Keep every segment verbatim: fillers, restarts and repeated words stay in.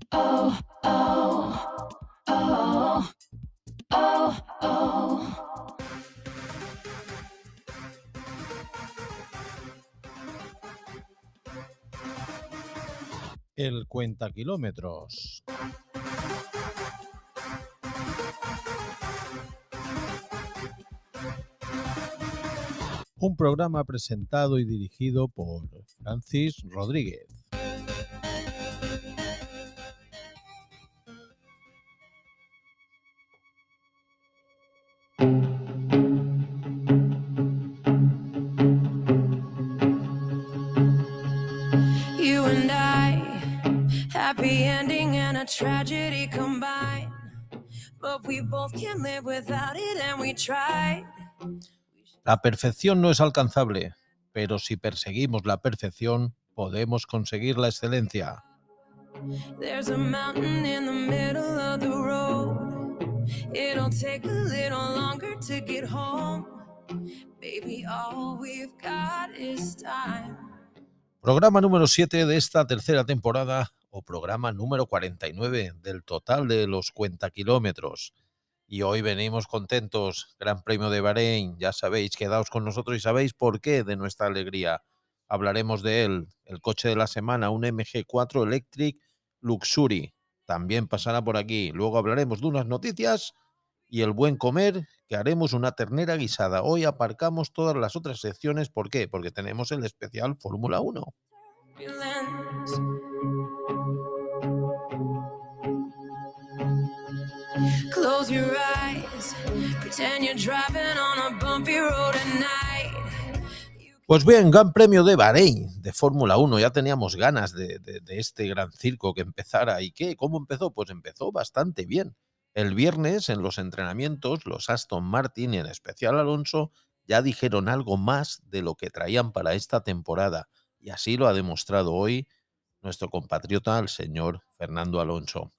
Oh, oh, oh, oh, oh. El cuenta kilómetros. Un programa presentado y dirigido por Francis Rodríguez. You and I, happy ending and a tragedy combined. But we both can live without it and we tried. La perfección no es alcanzable, pero si perseguimos la perfección, podemos conseguir la excelencia. There's a mountain in the middle of the road. It'll take a little longer to get home. Baby, all we've got is time. Programa número siete de esta tercera temporada, o programa número cuarenta y nueve del total de los cuentakilómetros. Y hoy venimos contentos, Gran Premio de Bahrein, ya sabéis, quedaos con nosotros y sabéis por qué de nuestra alegría. Hablaremos de él, el coche de la semana, un M G cuatro Electric Luxury, también pasará por aquí. Luego hablaremos de unas noticias y el buen comer, que haremos una ternera guisada. Hoy aparcamos todas las otras secciones, ¿por qué? Porque tenemos el especial Fórmula uno. Close your eyes, pretend you're driving on a bumpy road at night. Pues bien, Gran Premio de Bahrein de Fórmula uno, ya teníamos ganas de, de, de este gran circo que empezara. ¿Y qué? ¿Cómo empezó? Pues empezó bastante bien. El viernes en los entrenamientos, los Aston Martin y en especial Alonso ya dijeron algo más de lo que traían para esta temporada. Y así lo ha demostrado hoy nuestro compatriota, el señor Fernando Alonso.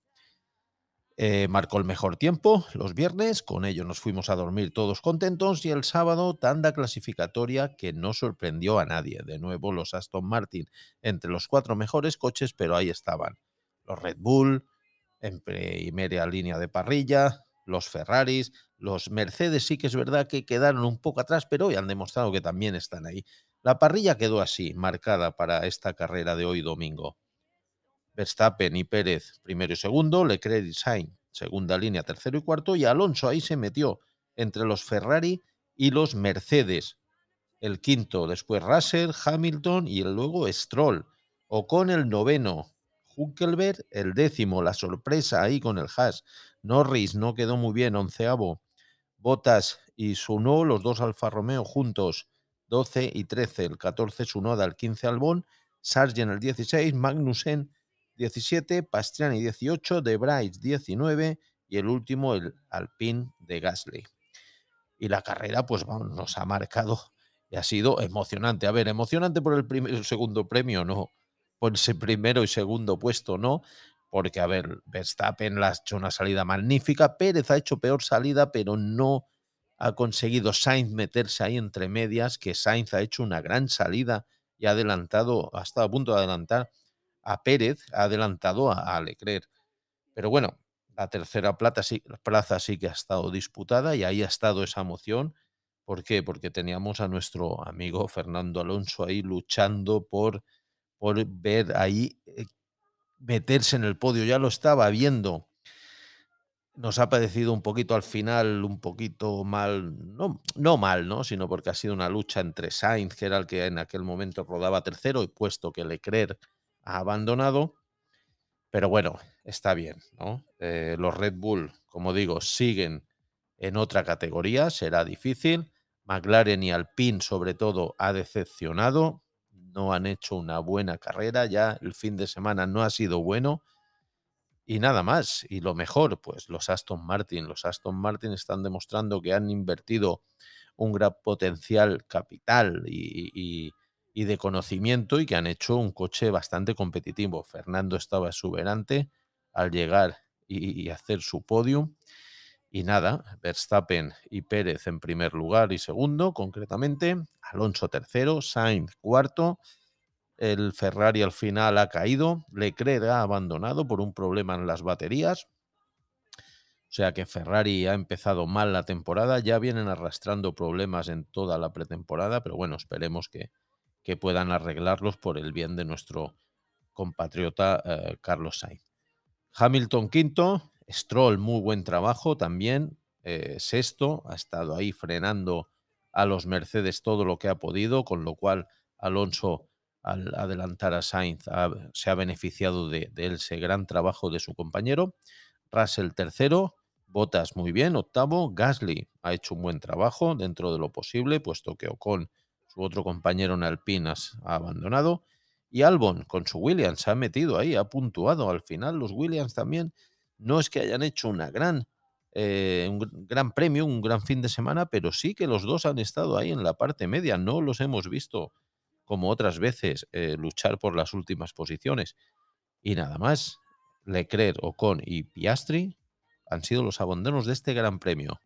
Eh, marcó el mejor tiempo los viernes, con ello nos fuimos a dormir todos contentos y el sábado tanda clasificatoria que no sorprendió a nadie. De nuevo los Aston Martin entre los cuatro mejores coches, pero ahí estaban los Red Bull en primera línea de parrilla, los Ferraris, los Mercedes sí que es verdad que quedaron un poco atrás, pero hoy han demostrado que también están ahí. La parrilla quedó así, marcada para esta carrera de hoy domingo. Verstappen y Pérez primero y segundo, Leclerc y Sainz segunda línea, tercero y cuarto, y Alonso ahí se metió entre los Ferrari y los Mercedes. El quinto, después Russell, Hamilton y el luego Stroll. Ocon el noveno, Hülkenberg el décimo, la sorpresa ahí con el Haas. Norris no quedó muy bien, onceavo. Bottas y Tsunoda, los dos Alfa Romeo juntos, doce y trece, el catorce Tsunoda, el quince Albon, Sargent el dieciséis, Magnussen diecisiete, Pastrani dieciocho, De Vries diecinueve y el último el Alpine de Gasly. Y la carrera pues vamos, nos ha marcado y ha sido emocionante. A ver, emocionante por el, primer, el segundo premio, no, por ese primero y segundo puesto, no, porque a ver, Verstappen ha hecho una salida magnífica, Pérez ha hecho peor salida, pero no ha conseguido Sainz meterse ahí entre medias, que Sainz ha hecho una gran salida y ha adelantado, ha estado a punto de adelantar a Pérez, ha adelantado a, a Leclerc. Pero bueno, la tercera plaza sí, plaza sí que ha estado disputada y ahí ha estado esa emoción. ¿Por qué? Porque teníamos a nuestro amigo Fernando Alonso ahí luchando por, por ver ahí eh, meterse en el podio. Ya lo estaba viendo. Nos ha parecido un poquito al final, un poquito mal, no, no mal, ¿no? Sino porque ha sido una lucha entre Sainz, que era el que en aquel momento rodaba tercero, y puesto que Leclerc ha abandonado. Pero bueno, está bien, ¿no? Eh, los Red Bull, como digo, siguen en otra categoría, será difícil. McLaren y Alpine, sobre todo, ha decepcionado. No han hecho una buena carrera, ya el fin de semana no ha sido bueno. Y nada más, y lo mejor, pues los Aston Martin. Los Aston Martin están demostrando que han invertido un gran potencial capital y, y, y de conocimiento y que han hecho un coche bastante competitivo. Fernando estaba exuberante al llegar y, y hacer su podium. Y nada, Verstappen y Pérez en primer lugar y segundo, concretamente. Alonso tercero, Sainz cuarto. El Ferrari al final ha caído, Leclerc ha abandonado por un problema en las baterías. O sea que Ferrari ha empezado mal la temporada, ya vienen arrastrando problemas en toda la pretemporada, pero bueno, esperemos que, que puedan arreglarlos por el bien de nuestro compatriota eh, Carlos Sainz. Hamilton quinto, Stroll muy buen trabajo también, eh, sexto, ha estado ahí frenando a los Mercedes todo lo que ha podido, con lo cual Alonso al adelantar a Sainz ha, se ha beneficiado de, de ese gran trabajo de su compañero. Russell tercero, Bottas muy bien, octavo, Gasly ha hecho un buen trabajo dentro de lo posible, puesto que Ocon, su otro compañero en Alpine, ha abandonado, y Albon con su Williams se ha metido ahí, ha puntuado. Al final los Williams también no es que hayan hecho una gran, eh, un gran premio, un gran fin de semana, pero sí que los dos han estado ahí en la parte media, no los hemos visto como otras veces eh, luchar por las últimas posiciones. Y nada más, Leclerc, Ocon y Piastri han sido los abandonos de este gran premio.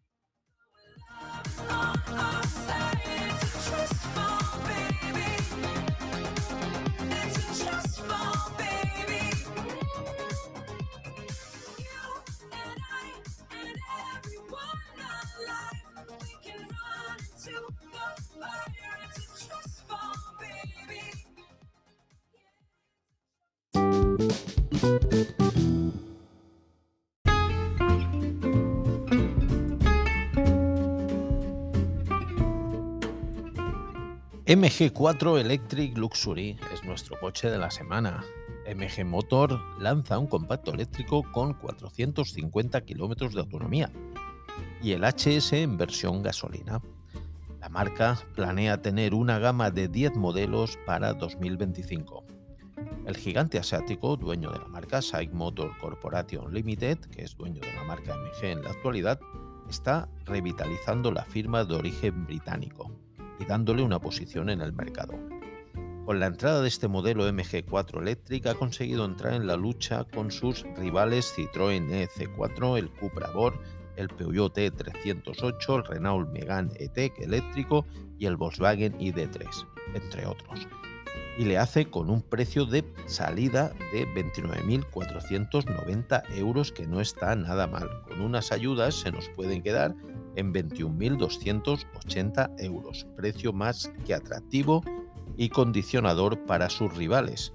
M G cuatro Electric Luxury es nuestro coche de la semana. M G Motor lanza un compacto eléctrico con cuatrocientos cincuenta kilómetros de autonomía y el H S en versión gasolina. La marca planea tener una gama de diez modelos para dos mil veinticinco. El gigante asiático, dueño de la marca SAIC Motor Corporation Limited, que es dueño de la marca M G en la actualidad, está revitalizando la firma de origen británico y dándole una posición en el mercado. Con la entrada de este modelo M G cuatro Electric ha conseguido entrar en la lucha con sus rivales Citroën E C cuatro, el Cupra Born, el Peugeot E trescientos ocho, el Renault Megane E-Tech eléctrico y el Volkswagen I D tres, entre otros. Y le hace con un precio de salida de veintinueve mil cuatrocientos noventa euros, que no está nada mal. Con unas ayudas se nos pueden quedar en veintiún mil doscientos ochenta euros, precio más que atractivo y condicionador para sus rivales.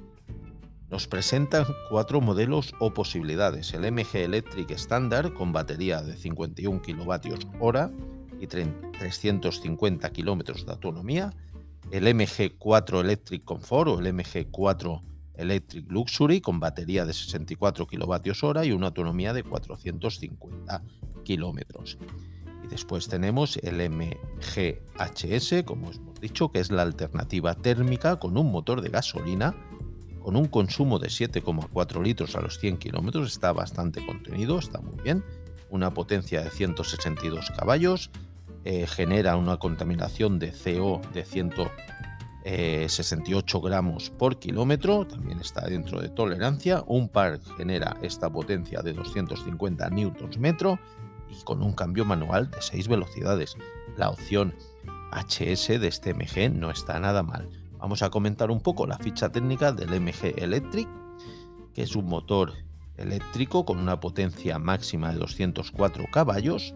Nos presentan cuatro modelos o posibilidades: el M G Electric Standard con batería de cincuenta y un kilovatios hora y trescientos cincuenta kilómetros de autonomía, el M G cuatro Electric Comfort o el M G cuatro Electric Luxury con batería de sesenta y cuatro kilovatios hora y una autonomía de cuatrocientos cincuenta kilómetros. Y después tenemos el M G H S, como hemos dicho, que es la alternativa térmica con un motor de gasolina con un consumo de siete coma cuatro litros a los cien kilómetros. Está bastante contenido, está muy bien. Una potencia de ciento sesenta y dos caballos. Eh, genera una contaminación de C O de ciento sesenta y ocho gramos por kilómetro, también está dentro de tolerancia. Un par genera esta potencia de doscientos cincuenta newtons metro y con un cambio manual de seis velocidades. La opción H S de este M G no está nada mal. Vamos a comentar un poco la ficha técnica del M G Electric, que es un motor eléctrico con una potencia máxima de doscientos cuatro caballos,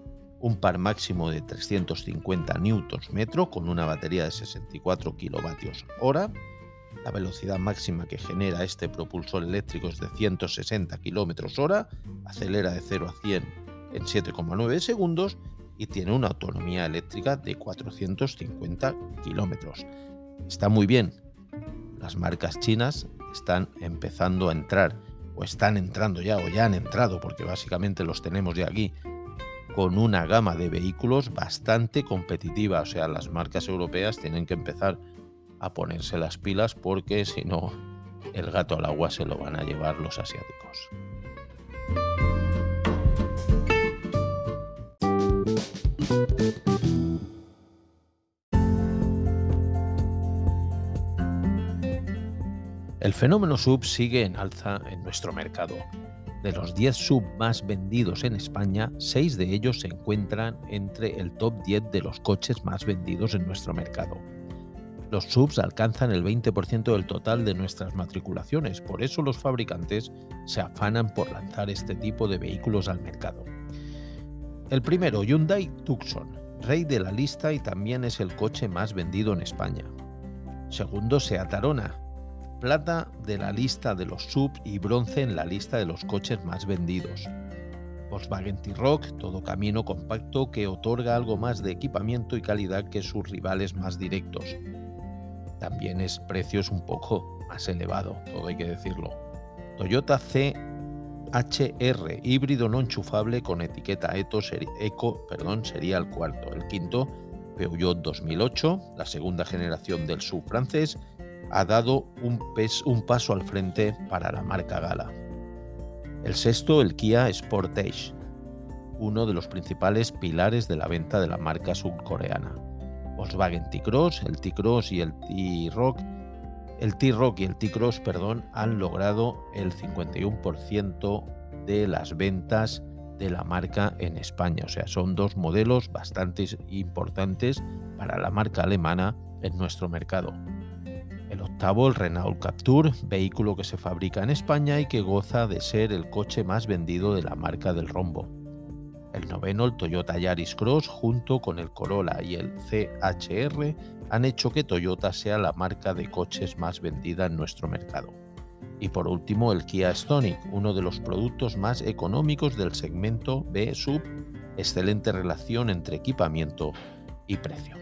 un par máximo de trescientos cincuenta newtons metro con una batería de sesenta y cuatro kilovatios hora. La velocidad máxima que genera este propulsor eléctrico es de ciento sesenta kilómetros hora, acelera de cero a cien en siete coma nueve segundos y tiene una autonomía eléctrica de cuatrocientos cincuenta kilómetros. Está muy bien. Las marcas chinas están empezando a entrar, o están entrando ya, o ya han entrado, porque básicamente los tenemos ya aquí, con una gama de vehículos bastante competitiva. O sea, las marcas europeas tienen que empezar a ponerse las pilas, porque si no, el gato al agua se lo van a llevar los asiáticos. El fenómeno sub sigue en alza en nuestro mercado. De los diez sub más vendidos en España, seis de ellos se encuentran entre el top diez de los coches más vendidos en nuestro mercado. Los subs alcanzan el veinte por ciento del total de nuestras matriculaciones, por eso los fabricantes se afanan por lanzar este tipo de vehículos al mercado. El primero, Hyundai Tucson, rey de la lista y también es el coche más vendido en España. Segundo, Seat Arona, plata de la lista de los subs y bronce en la lista de los coches más vendidos. Volkswagen T-Roc, todo camino compacto que otorga algo más de equipamiento y calidad que sus rivales más directos. También es precios un poco más elevado, todo hay que decirlo. Toyota C H R, híbrido no enchufable con etiqueta Eco, seri, Eco perdón, sería el cuarto. El quinto, Peugeot dos mil ocho, la segunda generación del sub francés, ha dado un, pes, un paso al frente para la marca Gala. El sexto, el Kia Sportage, uno de los principales pilares de la venta de la marca surcoreana. Volkswagen T-Cross, el T-Cross y el T-Roc, el T-Roc y el T-Cross, perdón, han logrado el cincuenta y uno por ciento de las ventas de la marca en España. O sea, son dos modelos bastante importantes para la marca alemana en nuestro mercado. El octavo, el Renault Captur, vehículo que se fabrica en España y que goza de ser el coche más vendido de la marca del rombo. El noveno, el Toyota Yaris Cross, junto con el Corolla y el C H R, han hecho que Toyota sea la marca de coches más vendida en nuestro mercado. Y por último, el Kia Stonic, uno de los productos más económicos del segmento B sub, excelente relación entre equipamiento y precio.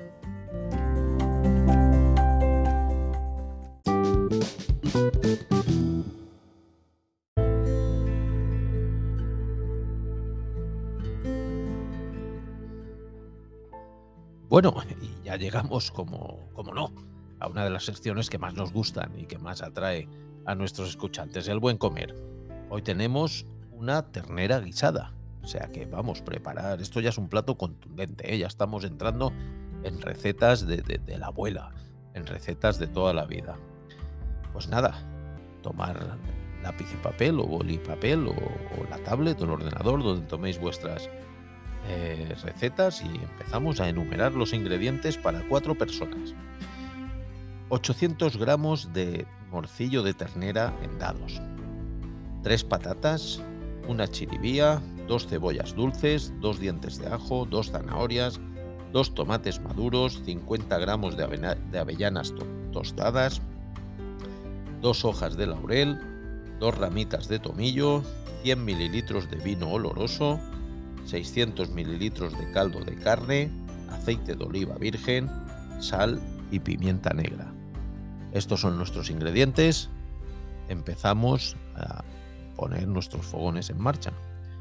Bueno, y ya llegamos, como, como no, a una de las secciones que más nos gustan y que más atrae a nuestros escuchantes, el buen comer. Hoy tenemos una ternera guisada, o sea que vamos a preparar, esto ya es un plato contundente, ¿eh? Ya estamos entrando en recetas de, de, de la abuela, en recetas de toda la vida. Pues nada, tomar lápiz y papel o boli y papel o, o la tablet o el ordenador donde toméis vuestras Eh, recetas y empezamos a enumerar los ingredientes para cuatro personas. ochocientos gramos de morcillo de ternera en dados, tres patatas, una chiribía, dos cebollas dulces, dos dientes de ajo, dos zanahorias, dos tomates maduros, cincuenta gramos de, avena, de avellanas to tostadas, dos hojas de laurel, dos ramitas de tomillo, cien mililitros de vino oloroso, seiscientos mililitros de caldo de carne, aceite de oliva virgen, sal y pimienta negra. Estos son nuestros ingredientes. Empezamos a poner nuestros fogones en marcha.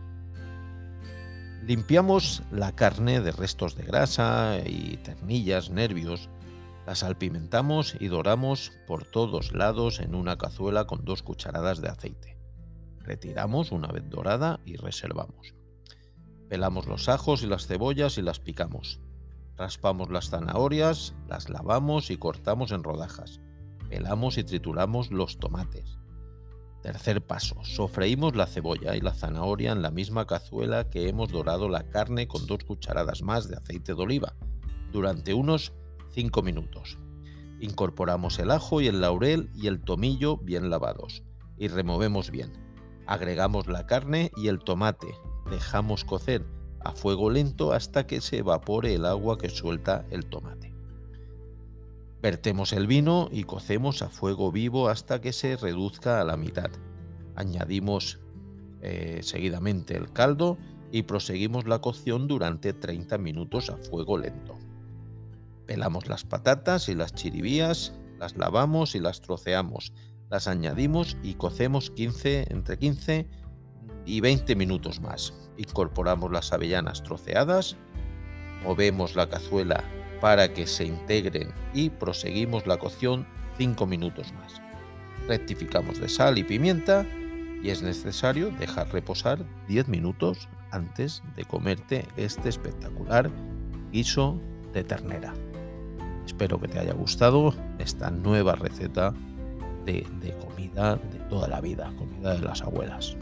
Limpiamos la carne de restos de grasa y ternillas, nervios. La salpimentamos y doramos por todos lados en una cazuela con dos cucharadas de aceite. Retiramos una vez dorada y reservamos. Pelamos los ajos y las cebollas y las picamos. Raspamos las zanahorias, las lavamos y cortamos en rodajas. Pelamos y trituramos los tomates. Tercer paso, sofreímos la cebolla y la zanahoria en la misma cazuela que hemos dorado la carne con dos cucharadas más de aceite de oliva, durante unos cinco minutos. Incorporamos el ajo y el laurel y el tomillo bien lavados y removemos bien. Agregamos la carne y el tomate. Dejamos cocer a fuego lento hasta que se evapore el agua que suelta el tomate. Vertemos el vino y cocemos a fuego vivo hasta que se reduzca a la mitad. Añadimos eh, seguidamente el caldo y proseguimos la cocción durante treinta minutos a fuego lento. Pelamos las patatas y las chiribías, las lavamos y las troceamos, las añadimos y cocemos quince, entre quince y veinte minutos más. Incorporamos las avellanas troceadas, movemos la cazuela para que se integren y proseguimos la cocción cinco minutos más. Rectificamos de sal y pimienta y es necesario dejar reposar diez minutos antes de comerte este espectacular guiso de ternera. Espero que te haya gustado esta nueva receta de, de comida de toda la vida, comida de las abuelas.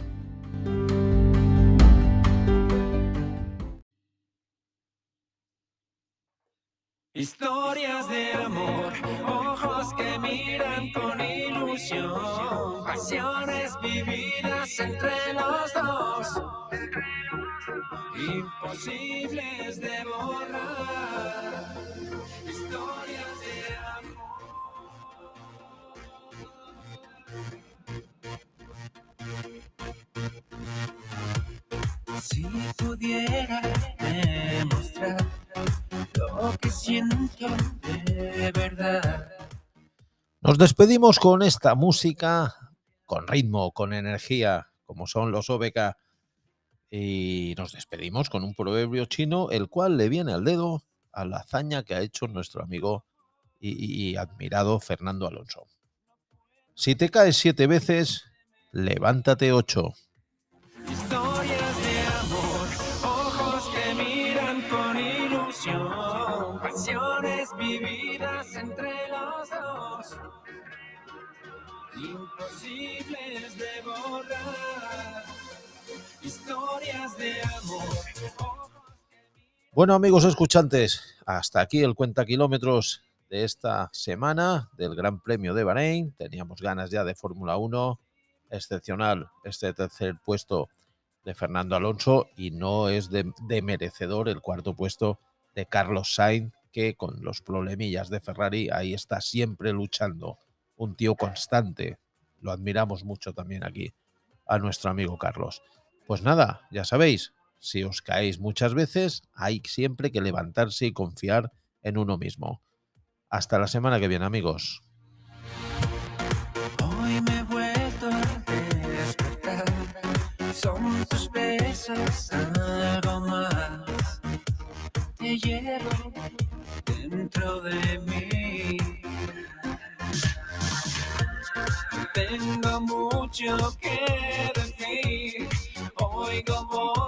Historias de amor. vividas entre los dos, imposibles de borrar, historias de amor. Si pudiera demostrar lo que siento de verdad. Nos despedimos con esta música, con ritmo, con energía, como son los O B K. Y nos despedimos con un proverbio chino, el cual le viene al dedo a la hazaña que ha hecho nuestro amigo y, y admirado Fernando Alonso. Si te caes siete veces, levántate ocho. Historias de amor, ojos que miran con ilusión, pasiones vividas entre los dos, imposibles de borrar, historias de amor. Bueno, amigos escuchantes, hasta aquí el cuenta kilómetros de esta semana del Gran Premio de Bahrein. Teníamos ganas ya de Fórmula uno, excepcional este tercer puesto de Fernando Alonso, y no es de, de merecedor el cuarto puesto de Carlos Sainz, que con los problemillas de Ferrari ahí está siempre luchando. Un tío constante. Lo admiramos mucho también aquí a nuestro amigo Carlos. Pues nada, ya sabéis, si os caéis muchas veces, hay siempre que levantarse y confiar en uno mismo. Hasta la semana que viene, amigos. Hoy me he vuelto a despertar, son tus besos algo más, te llevo dentro de mí. Tengo mucho que decir, oigo voz